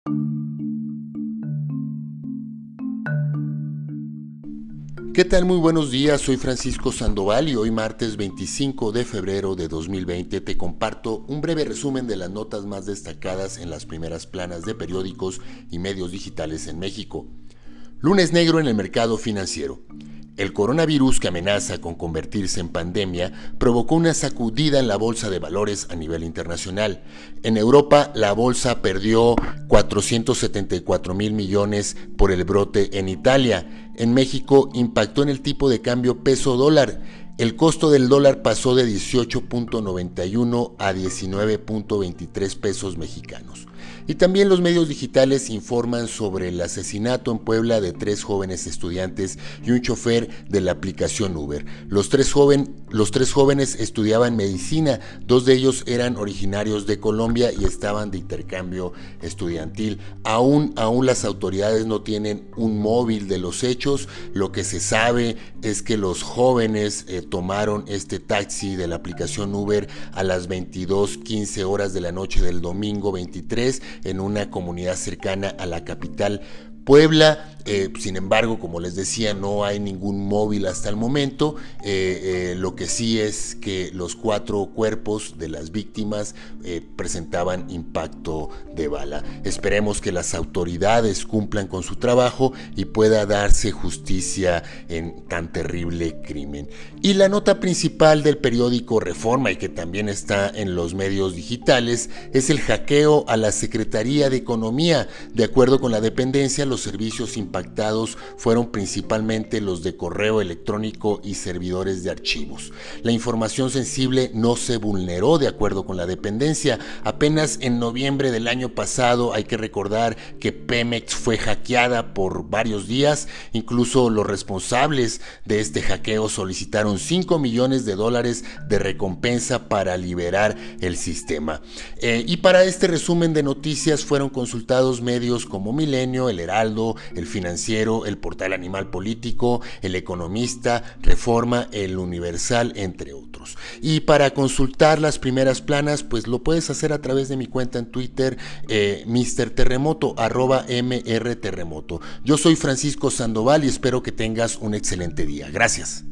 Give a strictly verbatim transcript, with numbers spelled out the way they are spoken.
¿Qué tal? Muy buenos días, soy Francisco Sandoval y hoy martes veinticinco de febrero de dos mil veinte te comparto un breve resumen de las notas más destacadas en las primeras planas de periódicos y medios digitales en México. Lunes negro en el mercado financiero. El coronavirus, que amenaza con convertirse en pandemia, provocó una sacudida en la bolsa de valores a nivel internacional. En Europa, la bolsa perdió cuatrocientos setenta y cuatro mil millones por el brote en Italia. En México, impactó en el tipo de cambio peso-dólar. El costo del dólar pasó de dieciocho punto noventa y uno a diecinueve punto veintitrés pesos mexicanos. Y también los medios digitales informan sobre el asesinato en Puebla de tres jóvenes estudiantes y un chofer de la aplicación Uber. Los tres, joven, los tres jóvenes estudiaban medicina, dos de ellos eran originarios de Colombia y estaban de intercambio estudiantil. Aún, aún las autoridades no tienen un móvil de los hechos. Lo que se sabe es que los jóvenes eh, tomaron este taxi de la aplicación Uber a las veintidós quince horas de la noche del domingo veintitrés en una comunidad cercana a la capital Puebla. Eh, sin embargo, como les decía, no hay ningún móvil hasta el momento. Eh, eh, lo que sí es que los cuatro cuerpos de las víctimas eh, presentaban impacto de bala. Esperemos que las autoridades cumplan con su trabajo y pueda darse justicia en tan terrible crimen. Y la nota principal del periódico Reforma, y que también está en los medios digitales, es el hackeo a la Secretaría de Economía. De acuerdo con la dependencia, los servicios impactados fueron principalmente los de correo electrónico y servidores de archivos. La información sensible no se vulneró de acuerdo con la dependencia. Apenas en noviembre del año pasado hay que recordar que Pemex fue hackeada por varios días. Incluso los responsables de este hackeo solicitaron cinco millones de dólares de recompensa para liberar el sistema. Eh, y para este resumen de noticias fueron consultados medios como Milenio, El Heraldo, El Financiero, el portal Animal Político, El Economista, Reforma, El Universal, entre otros. Y para consultar las primeras planas, pues lo puedes hacer a través de mi cuenta en Twitter, eh, mister Terremoto, arroba M R Terremoto. Yo soy Francisco Sandoval y espero que tengas un excelente día. Gracias.